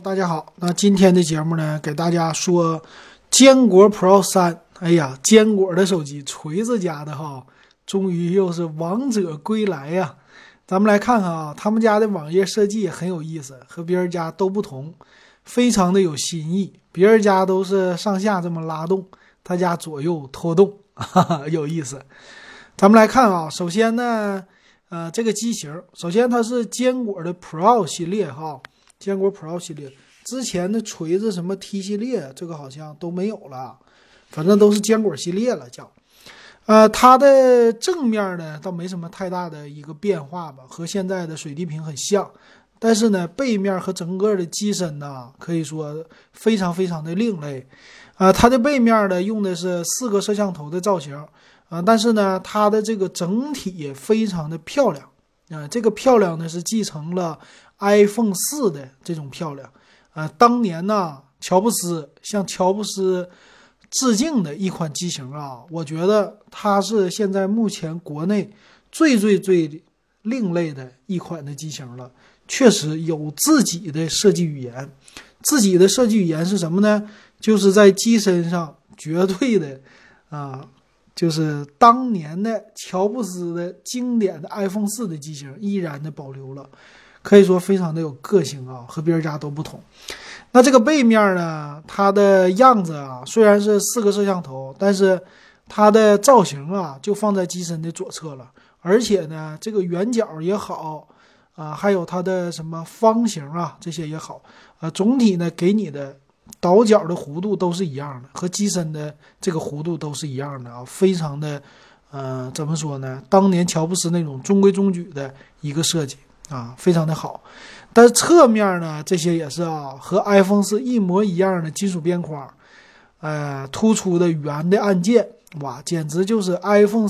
大家好。那今天的节目呢，给大家说坚果 Pro 3。哎呀，坚果的手机，锤子家的哈，终于又是王者归来呀！咱们来看看啊，他们家的网页设计也很有意思，和别人家都不同，非常的有新意。别人家都是上下这么拉动，他家左右拖动，哈哈，有意思。咱们来看啊，首先呢，这个机型，首先它是坚果的 Pro 系列哈。坚果 Pro 系列之前的锤子什么 T 系列，这个好像都没有了，反正都是坚果系列了叫。它的正面呢倒没什么太大的一个变化吧，和现在的水滴屏很像。但是呢，背面和整个的机身呢，可以说非常非常的另类。它的背面呢用的是4个摄像头的造型，但是呢，它的这个整体也非常的漂亮。这个漂亮呢是继承了 iPhone 4的这种漂亮。当年呢，向乔布斯致敬的一款机型啊，我觉得它是现在目前国内最另类的一款的机型了。确实有自己的设计语言，自己的设计语言是什么呢？就是在机身上绝对的就是当年的乔布斯的经典的 iPhone 4的机型依然的保留了，可以说非常的有个性啊，和别人家都不同。那这个背面呢，它的样子啊，虽然是4个摄像头，但是它的造型啊就放在机身的左侧了，而且呢，这个圆角也好还有它的什么方形啊，这些也好总体呢给你的倒角的弧度都是一样的，和机身的这个弧度都是一样的啊，非常的怎么说呢？当年乔布斯那种中规中矩的一个设计啊，非常的好。但是侧面呢，这些也是和 iPhone 4一模一样的金属边框，突出的圆的按键，哇，简直就是 iPhone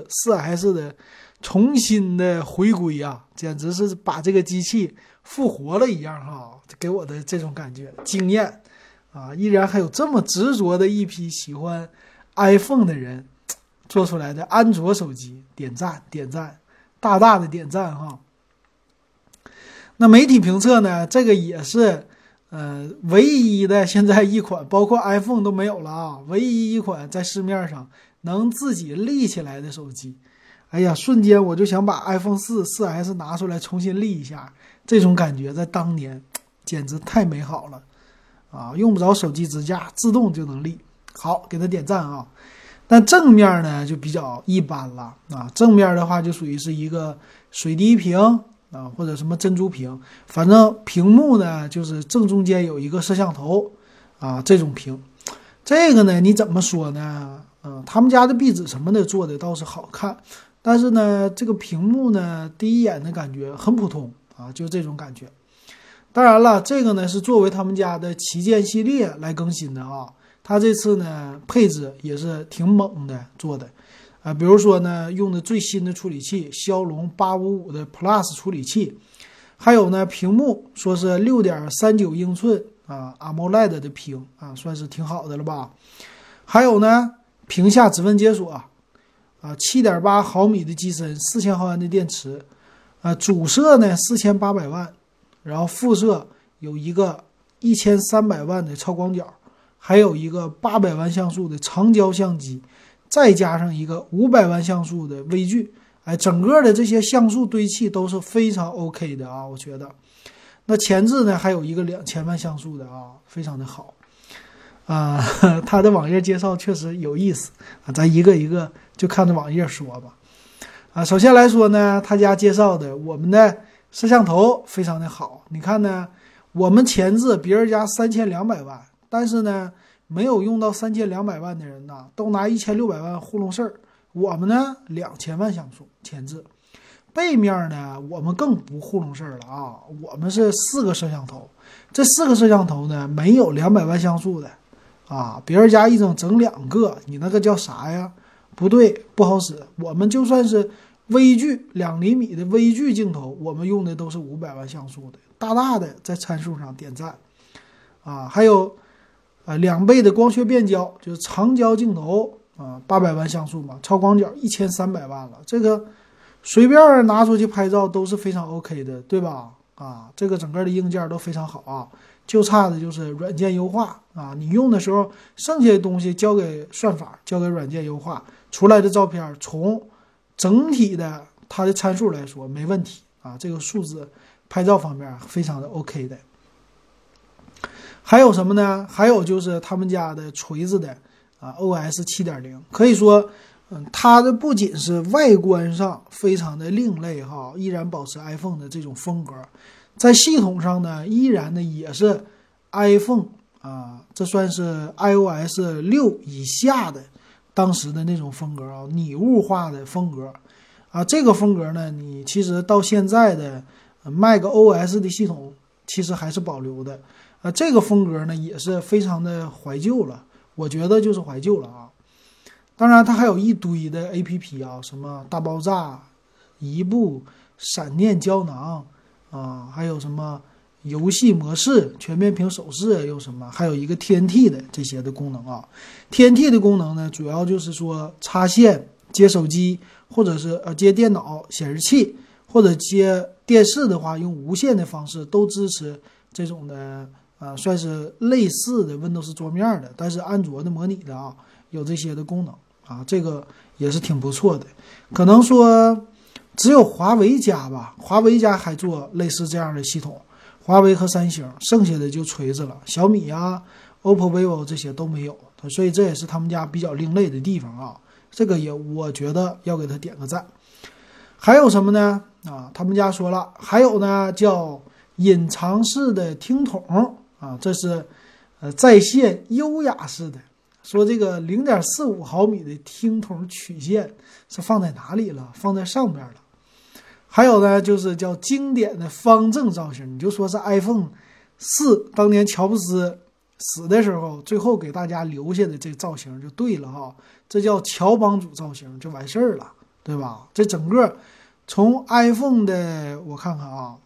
4S 的重新的回归啊，简直是把这个机器复活了一样哈，给我的这种感觉惊艳啊！依然还有这么执着的一批喜欢 iPhone 的人做出来的安卓手机，点赞，大大的点赞哈！那媒体评测呢，这个也是唯一的现在一款，包括 iPhone 都没有了啊，唯一一款在市面上能自己立起来的手机。哎呀，瞬间我就想把 iPhone 4S 拿出来重新立一下，这种感觉在当年简直太美好了啊！用不着手机支架，自动就能立。好，给它点赞啊！但正面呢就比较一般了啊，正面的话就属于是一个水滴屏或者什么珍珠屏，反正屏幕呢就是正中间有一个摄像头这种屏。这个呢你怎么说呢？他们家的壁纸什么的做的倒是好看，但是呢这个屏幕呢第一眼的感觉很普通就这种感觉。当然了，这个呢是作为他们家的旗舰系列来更新的它这次呢配置也是挺猛的做的比如说呢用的最新的处理器骁龙855的 Plus 处理器，还有呢屏幕说是 6.39 英寸AMOLED 的屏算是挺好的了吧。还有呢屏下指纹解锁7.8 毫米的机身，4000毫安的电池主摄呢4800万，然后副摄有一个1300万的超广角，还有一个800万像素的长焦相机，再加上一个500万像素的微距，整个的这些像素堆砌都是非常 OK 的我觉得。那前置呢还有一个2000万像素的非常的好它的网页介绍确实有意思咱一个一个就看着网页说吧首先来说呢，他家介绍的我们的摄像头非常的好。你看呢，我们前置别人家3200万，但是呢没有用到3200万的人呢都拿1600万糊弄事儿，我们呢2000万像素前置。背面呢我们更不糊弄事儿了我们是4个摄像头，这4个摄像头呢没有200万像素的别人家一整2个，你那个叫啥呀？不对，不好使。我们就算是微距2厘米的微距镜头，我们用的都是500万像素的，大大的在参数上点赞还有2倍的光学变焦，就是长焦镜头800万像素嘛，超广角1300万了，这个随便拿出去拍照都是非常 OK 的，对吧？这个整个的硬件都非常好就差的就是软件优化啊。你用的时候，剩下的东西交给算法，交给软件优化出来的照片，从整体的它的参数来说没问题啊。这个数字拍照方面非常的 OK 的。还有什么呢？还有就是他们家的锤子的OS 7.0，可以说，它的不仅是外观上非常的另类哈，依然保持 iPhone 的这种风格，在系统上呢，依然的也是 iPhone 这算是 iOS 6以下的当时的那种风格拟物化的风格这个风格呢，你其实到现在的macOS 的系统其实还是保留的这个风格呢也是非常的怀旧了，我觉得就是怀旧了当然它还有一堆的 APP 什么大爆炸、移步、闪电胶囊还有什么游戏模式、全面屏手势，有什么还有一个 TNT 的这些的功能TNT 的功能呢，主要就是说插线接手机，或者是接电脑显示器，或者接电视的话，用无线的方式都支持这种的算是类似的 Windows 桌面的，但是安卓的模拟的有这些的功能这个也是挺不错的。可能说只有华为家吧，华为家还做类似这样的系统，华为和三星，剩下的就锤子了，小米OPPO、vivo 这些都没有，所以这也是他们家比较另类的地方这个也我觉得要给他点个赞。还有什么呢？他们家说了，还有呢叫隐藏式的听筒这是在线优雅式的，说这个 0.45 毫米的听筒曲线是放在哪里了？放在上边了。还有呢就是叫经典的方正造型，你就说是 iPhone 4当年乔布斯死的时候最后给大家留下的这个造型就对了这叫乔帮主造型就完事儿了，对吧？这整个从 iPhone 的我看看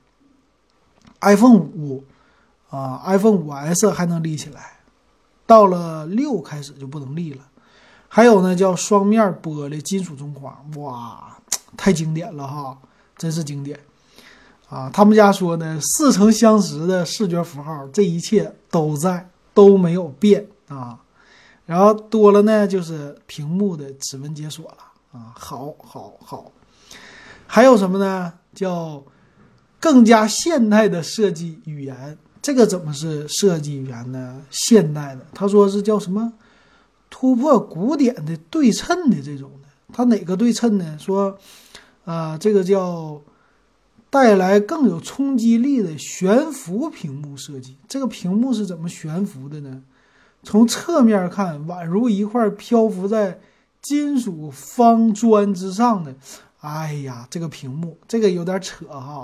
iPhone 5iPhone 5S 还能立起来，到了6开始就不能立了。还有呢叫双面玻璃金属中框，哇，太经典了真是经典他们家说呢似曾相识的视觉符号，这一切都在，都没有变然后多了呢就是屏幕的指纹解锁了好。还有什么呢？叫更加现代的设计语言。这个怎么是设计语言呢？现代的，他说是叫什么突破古典的对称的这种的。它哪个对称呢？说这个叫带来更有冲击力的悬浮屏幕设计。这个屏幕是怎么悬浮的呢？从侧面看，宛如一块漂浮在金属方砖之上的。哎呀，这个屏幕这个有点扯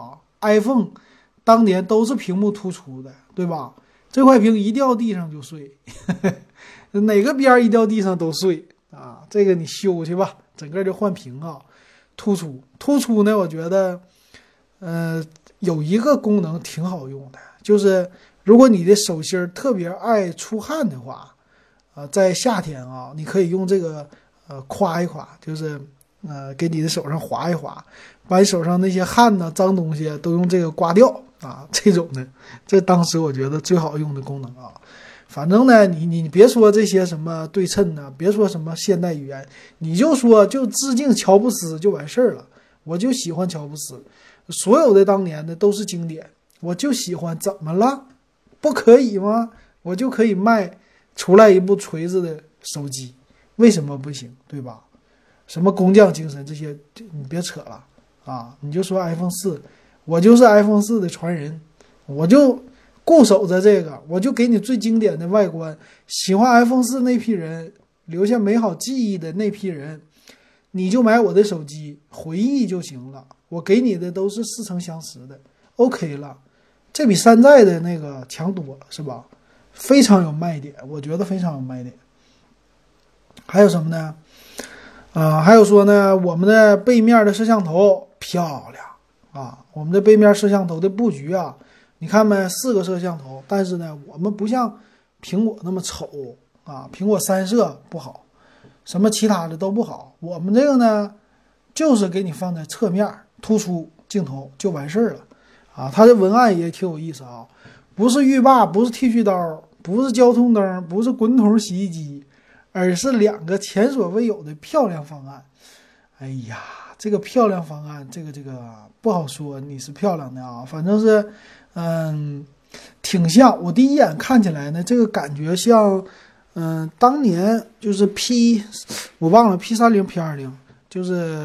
iPhone 当年都是屏幕突出的，对吧？这块屏一掉地上就碎哪个边一掉地上都碎这个你修去吧，整个就换屏突出呢，我觉得有一个功能挺好用的，就是如果你的手心特别爱出汗的话在夏天你可以用这个夸一夸，就是给你的手上划一划，把你手上那些汗脏东西都用这个刮掉这种的，这当时我觉得最好用的功能反正呢你别说这些什么对称别说什么现代语言，你就说就致敬乔布斯就完事儿了。我就喜欢乔布斯，所有的当年的都是经典，我就喜欢，怎么了？不可以吗？我就可以卖出来一部锤子的手机，为什么不行？对吧？什么工匠精神这些你别扯了你就说 iPhone 4，我就是 iPhone 4的传人，我就固守着这个，我就给你最经典的外观，喜欢 iPhone 4那批人，留下美好记忆的那批人，你就买我的手机回忆就行了，我给你的都是似曾相识的 OK 了，这比山寨的那个强多了，是吧？非常有卖点，我觉得非常有卖点。还有什么呢？还有说呢，我们的背面的摄像头漂亮我们的背面摄像头的布局你看没，4个摄像头，但是呢我们不像苹果那么丑苹果3摄不好，什么其他的都不好，我们这个呢就是给你放在侧面突出镜头就完事儿了它的文案也挺有意思不是浴霸，不是剃须刀，不是交通灯，不是滚筒洗衣机，而是2个前所未有的漂亮方案。哎呀，这个漂亮方案，这个不好说，你是漂亮的啊，反正是，挺像。我第一眼看起来呢，这个感觉像，当年就是我忘了 P30、P20，就是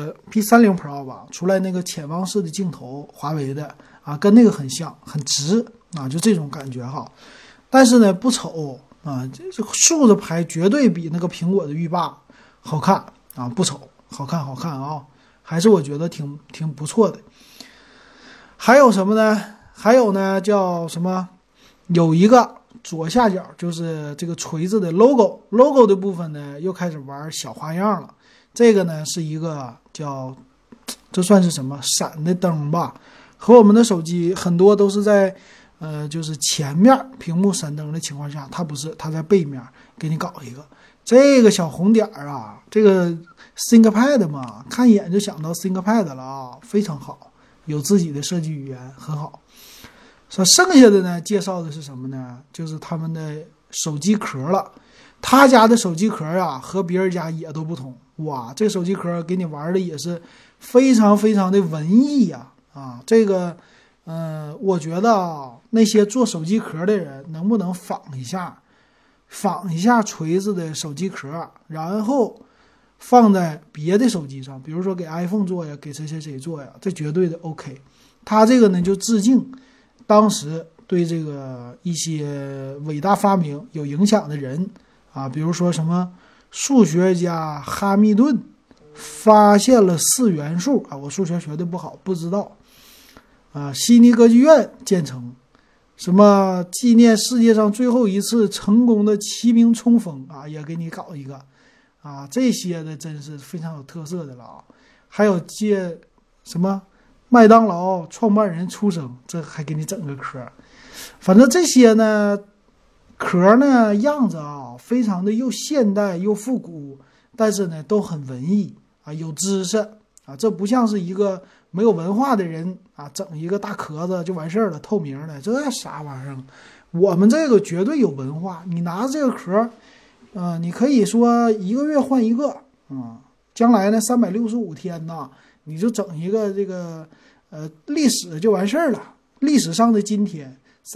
P30 Pro 吧，出来那个潜望式的镜头，华为的啊，跟那个很像，很直啊，就这种感觉哈。但是呢，不丑啊，这竖着拍绝对比那个苹果的浴霸好看啊，不丑。好看啊，还是我觉得挺不错的。还有什么呢？还有呢，叫什么？有一个左下角就是这个锤子的 logo 的部分呢，又开始玩小花样了。这个呢是一个这算是什么闪的灯吧？和我们的手机很多都是在就是前面屏幕闪灯的情况下，它不是，它在背面给你搞一个这个小红点啊，这个。ThinkPad 嘛，看一眼就想到 ThinkPad 了啊，非常好，有自己的设计语言，很好。剩下的呢，介绍的是什么呢？就是他们的手机壳了。他家的手机壳啊，和别人家也都不同。哇，这手机壳给你玩的也是非常非常的文艺呀！啊，这个，我觉得啊，那些做手机壳的人能不能仿一下锤子的手机壳，然后放在别的手机上，比如说给 iPhone 做呀，给谁做呀，这绝对的 OK。他这个呢就致敬当时对这个一些伟大发明有影响的人啊，比如说什么数学家哈密顿发现了4元素啊，我数学学的不好，不知道啊。悉尼歌剧院建成，什么纪念世界上最后一次成功的骑兵冲锋啊，也给你搞一个。啊，这些的真是非常有特色的了啊！还有借什么麦当劳创办人出生，这还给你整个壳。反正这些呢，壳呢样子啊，非常的又现代又复古，但是呢都很文艺啊，有知识啊，这不像是一个没有文化的人啊，整一个大壳子就完事儿了，透明的，这啥玩意儿？我们这个绝对有文化，你拿着这个壳。你可以说1个月换一个将来呢365天呢，你就整一个这个历史就完事儿了。历史上的今天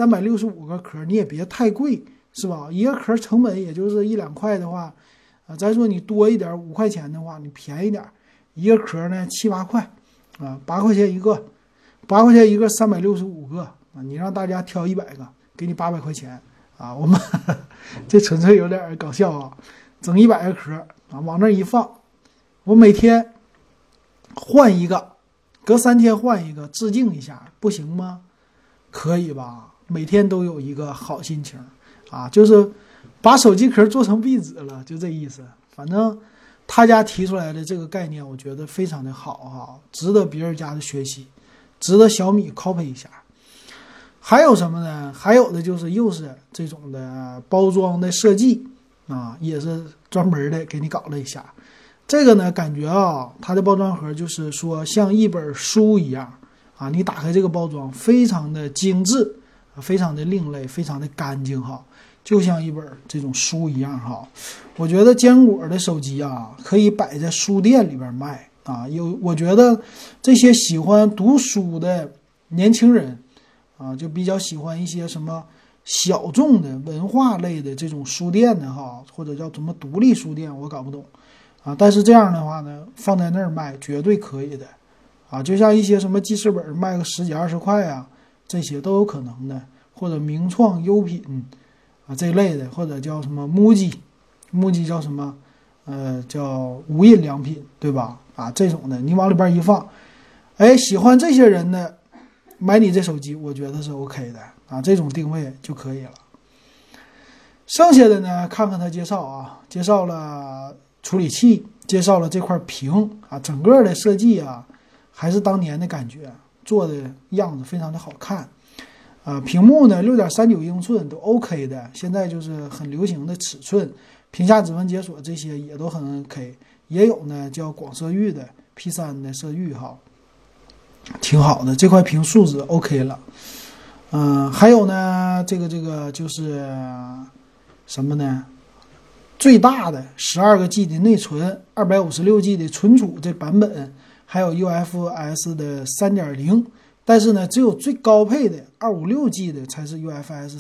365个壳，你也别太贵，是吧？一个壳成本也就是1-2块的话，再说你多一点5块钱的话，你便宜点，一个壳呢7-8块啊，8块钱一个，8块钱一个365个啊，你让大家挑100个，给你800块钱。啊，我们这纯粹有点搞笑啊！整100个壳啊，往那一放，我每天换一个，隔3天换一个，致敬一下，不行吗？可以吧？每天都有一个好心情啊，就是把手机壳做成壁纸了，就这意思。反正他家提出来的这个概念，我觉得非常的好哈，值得别人家的学习，值得小米 copy 一下。还有什么呢？还有的就是又是这种的包装的设计啊，也是专门的给你搞了一下。这个呢，感觉啊，它的包装盒就是说像一本书一样啊，你打开这个包装，非常的精致，非常的另类，非常的干净哈，就像一本这种书一样哈。我觉得坚果的手机啊，可以摆在书店里边卖啊。我觉得这些喜欢读书的年轻人。啊，就比较喜欢一些什么小众的文化类的这种书店的哈，或者叫什么独立书店，我搞不懂啊。但是这样的话呢，放在那儿卖绝对可以的啊。就像一些什么记事本卖个10几20块啊，这些都有可能的，或者名创优品啊这类的，或者叫什么MUJI叫什么叫无印良品，对吧？啊，这种的你往里边一放，哎，喜欢这些人的。买你这手机我觉得是 OK 的啊，这种定位就可以了。剩下的呢，看看它介绍啊，介绍了处理器，介绍了这块屏啊，整个的设计啊还是当年的感觉，做的样子非常的好看啊。屏幕呢6.39英寸都 OK 的，现在就是很流行的尺寸，屏下指纹解锁这些也都很 OK， 也有呢叫广色域的 P3 的色域哈。挺好的，这块屏素质 OK 了， 还有呢，这个就是什么呢？最大的12个 G 的内存，256 G 的存储这版本，还有 UFS 的 3.0， 但是呢，只有最高配的256 G 的才是 UFS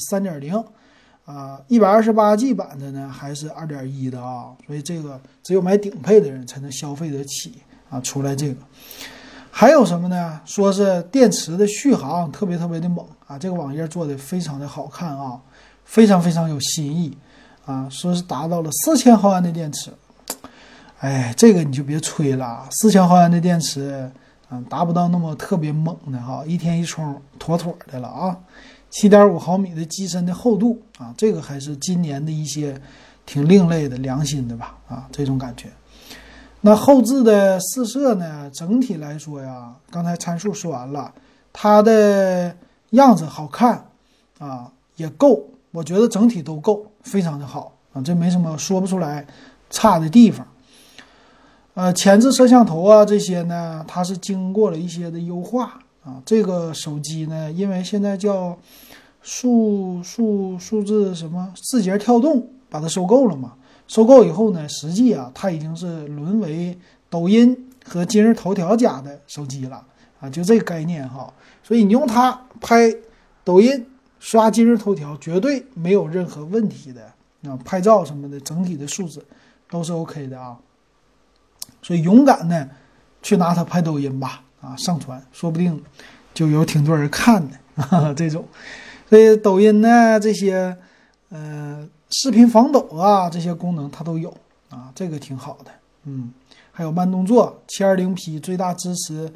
3.0。128 G 版的呢还是 2.1 的啊，所以这个只有买顶配的人才能消费得起啊。出来这个还有什么呢？说是电池的续航特别的猛啊，这个网页做的非常的好看啊，非常有新意啊，说是达到了4000毫安的电池。哎，这个你就别吹了，4000毫安的电池达不到那么特别猛的哈，一天一充妥的了啊。7.5 毫米的机身的厚度啊，这个还是今年的一些挺另类的良心的吧啊，这种感觉。那后置的试射呢，整体来说呀，刚才参数说完了，它的样子好看啊，也够，我觉得整体都够，非常的好啊，这没什么说不出来差的地方。前置摄像头啊这些呢，它是经过了一些的优化啊。这个手机呢，因为现在叫数字什么字节跳动把它收购了嘛，收购以后呢，实际它已经是沦为抖音和今日头条家的手机了啊，就这个概念哈。所以你用它拍抖音、刷今日头条，绝对没有任何问题的啊，拍照什么的，整体的素质都是 OK 的啊。所以勇敢的去拿它拍抖音吧啊，上传说不定就有挺多人看的这种。所以抖音呢这些视频防抖啊这些功能它都有啊，这个挺好的。还有慢动作 720P 最大支持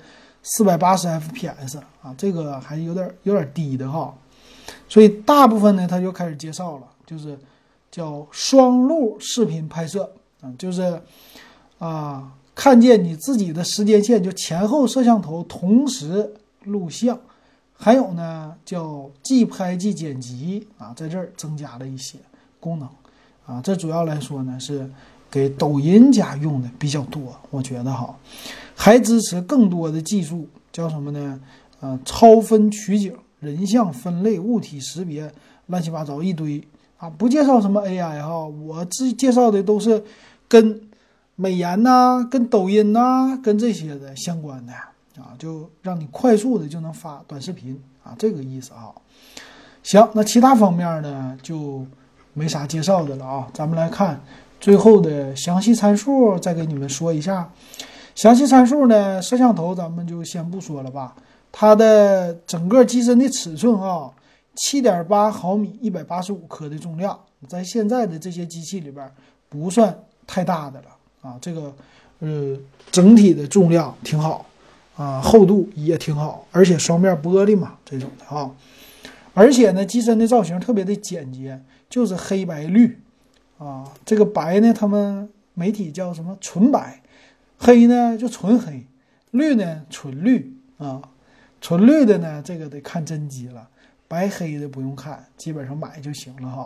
480 FPS 啊，这个还有点低的哈。所以大部分呢它就开始介绍了，就是叫双录视频拍摄啊，就是看见你自己的时间线，就前后摄像头同时录像。还有呢叫即拍即剪辑啊，在这儿增加了一些功能啊，这主要来说呢是给抖音家用的比较多，我觉得哈。还支持更多的技术，叫什么呢？超分取景、人像分类、物体识别，乱七八糟一堆啊。不介绍什么 AI 哈，我介绍的都是跟美颜呐、跟抖音呐、跟这些的相关的啊，就让你快速的就能发短视频啊，这个意思啊。行，那其他方面呢就没啥介绍的了啊。咱们来看最后的详细参数，再给你们说一下。详细参数呢，摄像头咱们就先不说了吧。它的整个机身的尺寸啊，7.8 毫米，185克的重量，在现在的这些机器里边不算太大的了啊。这个整体的重量挺好啊，厚度也挺好，而且双面玻璃嘛，这种的啊。而且呢，机身的造型特别的简洁，就是黑白绿啊。这个白呢，他们媒体叫什么纯白，黑呢就纯黑，绿呢纯绿啊。纯绿的呢，这个得看真机了，白黑的不用看，基本上买就行了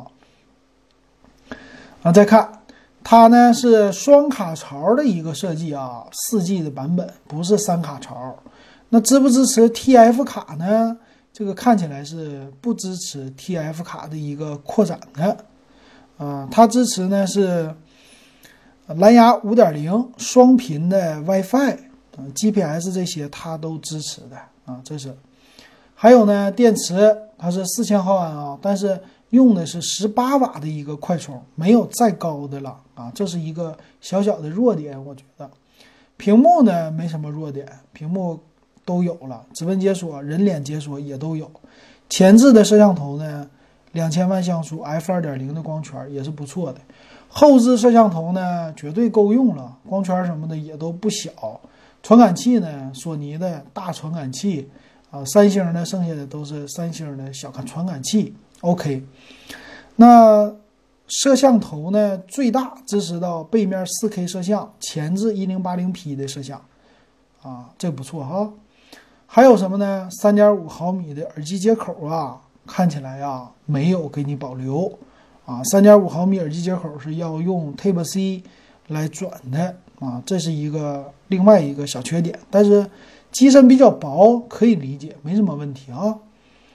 哈。再看它呢是双卡槽的一个设计啊，4G 的版本，不是3卡槽。那支不支持 TF 卡呢？这个看起来是不支持 TF 卡的一个扩展的。它支持呢是蓝牙 5.0 双频的 WiFi、GPS 这些它都支持的啊。这是还有呢，电池它是4000毫安啊，但是用的是18瓦的一个快充，没有再高的了啊，这是一个小小的弱点，我觉得。屏幕呢没什么弱点，屏幕都有了，指纹解锁、人脸解锁也都有。前置的摄像头呢，2000万像素 f2.0 的光圈也是不错的。后置摄像头呢绝对够用了，光圈什么的也都不小。传感器呢，索尼的大传感器啊，三星的剩下的都是三星的小传感器 OK。 那摄像头呢最大支持到背面 4K 摄像，前置 1080P 的摄像啊，这不错哈。还有什么呢？ 3.5 毫米的耳机接口啊，看起来啊没有给你保留啊。3.5 毫米耳机接口是要用 Type-C 来转的啊，这是另外一个小缺点，但是机身比较薄，可以理解，没什么问题啊。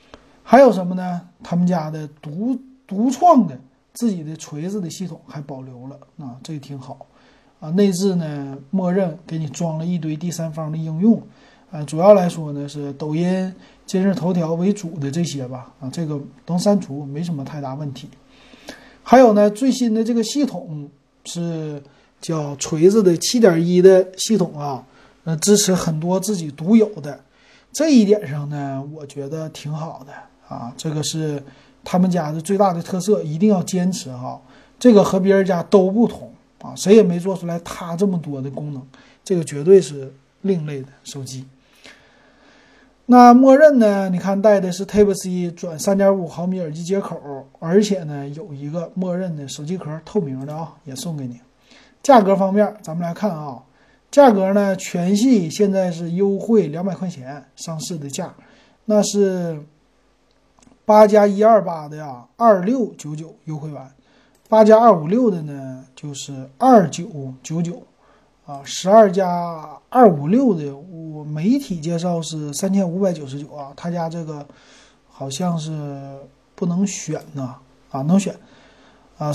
还有什么呢？他们家的独创的自己的锤子的系统还保留了啊，这个挺好啊。内置呢，默认给你装了一堆第三方的应用，主要来说呢是抖音、今日头条为主的这些吧，啊，这个能删除，没什么太大问题。还有呢，最新的这个系统是叫锤子的 7.1 的系统啊，支持很多自己独有的，这一点上呢，我觉得挺好的啊，这个是他们家的最大的特色，一定要坚持哈。这个和别人家都不同啊，谁也没做出来它这么多的功能，这个绝对是另类的手机。那默认呢，你看带的是 Type-C 转 3.5 毫米耳机接口，而且呢有一个默认的手机壳透明的啊，也送给你。价格方面咱们来看啊，价格呢全系现在是优惠200块钱上市的价，那是8加128的呀2699优惠完，8加256的呢就是2999啊，12加256的我媒体介绍是3599啊，他家这个好像是不能选呢啊，能选啊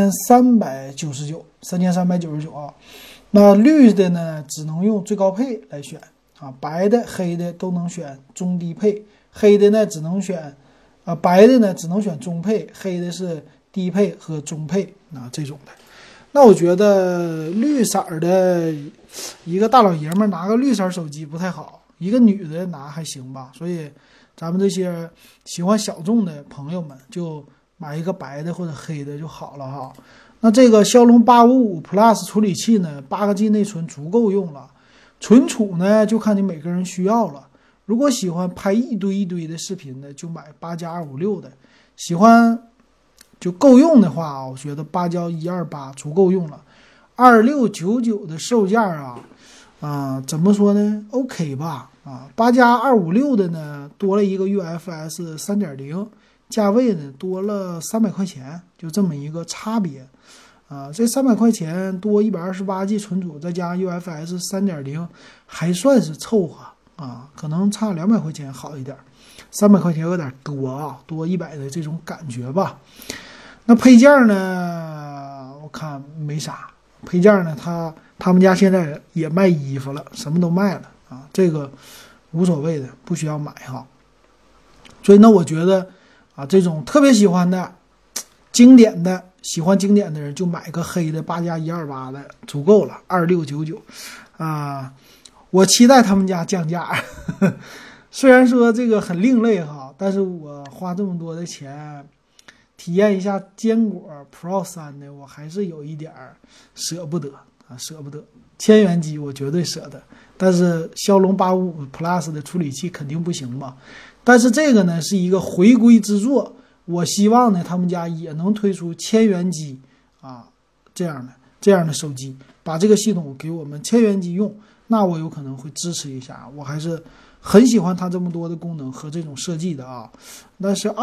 3399啊。那绿的呢只能用最高配来选啊，白的黑的都能选中低配，黑的呢只能选白的呢只能选中配，黑的是低配和中配啊这种的。那我觉得绿色的一个大老爷们拿个绿色手机不太好，一个女的拿还行吧，所以咱们这些喜欢小众的朋友们就买一个白的或者黑的就好了哈。那这个骁龙855 Plus 处理器呢，8个G 内存足够用了，存储呢就看你每个人需要了。如果喜欢拍一堆的视频的，就买8加256的，喜欢就够用的话，我觉得8加128足够用了。2699的售价怎么说呢 ？OK 吧8加256的呢多了一个 UFS 3.0，价位呢多了300块钱，就这么一个差别这300块钱多128G 存储，再加 UFS 3.0，还算是凑合可能差200块钱好一点，300块钱有点多多100的这种感觉吧。那配件呢，我看没啥。配件呢，他们家现在也卖衣服了，什么都卖了这个无所谓的，不需要买哈。所以呢，我觉得这种特别喜欢的、经典的、喜欢经典的人，就买个黑的8加128的足够了，2699我期待他们家降价。虽然说这个很另类哈，但是我花这么多的钱体验一下坚果 Pro 3的，我还是有一点舍不得舍不得。1000元机我绝对舍得，但是骁龙855 Plus 的处理器肯定不行嘛。但是这个呢是一个回归之作，我希望呢他们家也能推出1000元机这样的手机，把这个系统给我们1000元机用，那我有可能会支持一下。我还是很喜欢它这么多的功能和这种设计的但是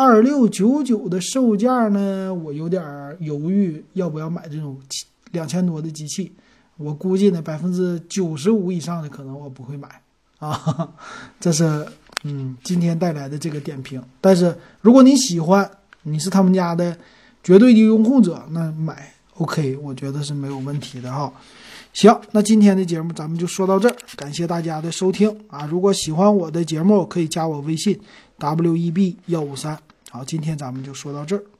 2699的售价呢，我有点犹豫要不要买这种2000多的机器。我估计呢95%以上的可能我不会买这是今天带来的这个点评。但是如果你喜欢，你是他们家的绝对的拥护者，那买 OK， 我觉得是没有问题的行，那今天的节目咱们就说到这儿，感谢大家的收听如果喜欢我的节目可以加我微信 WEB153。好，今天咱们就说到这儿。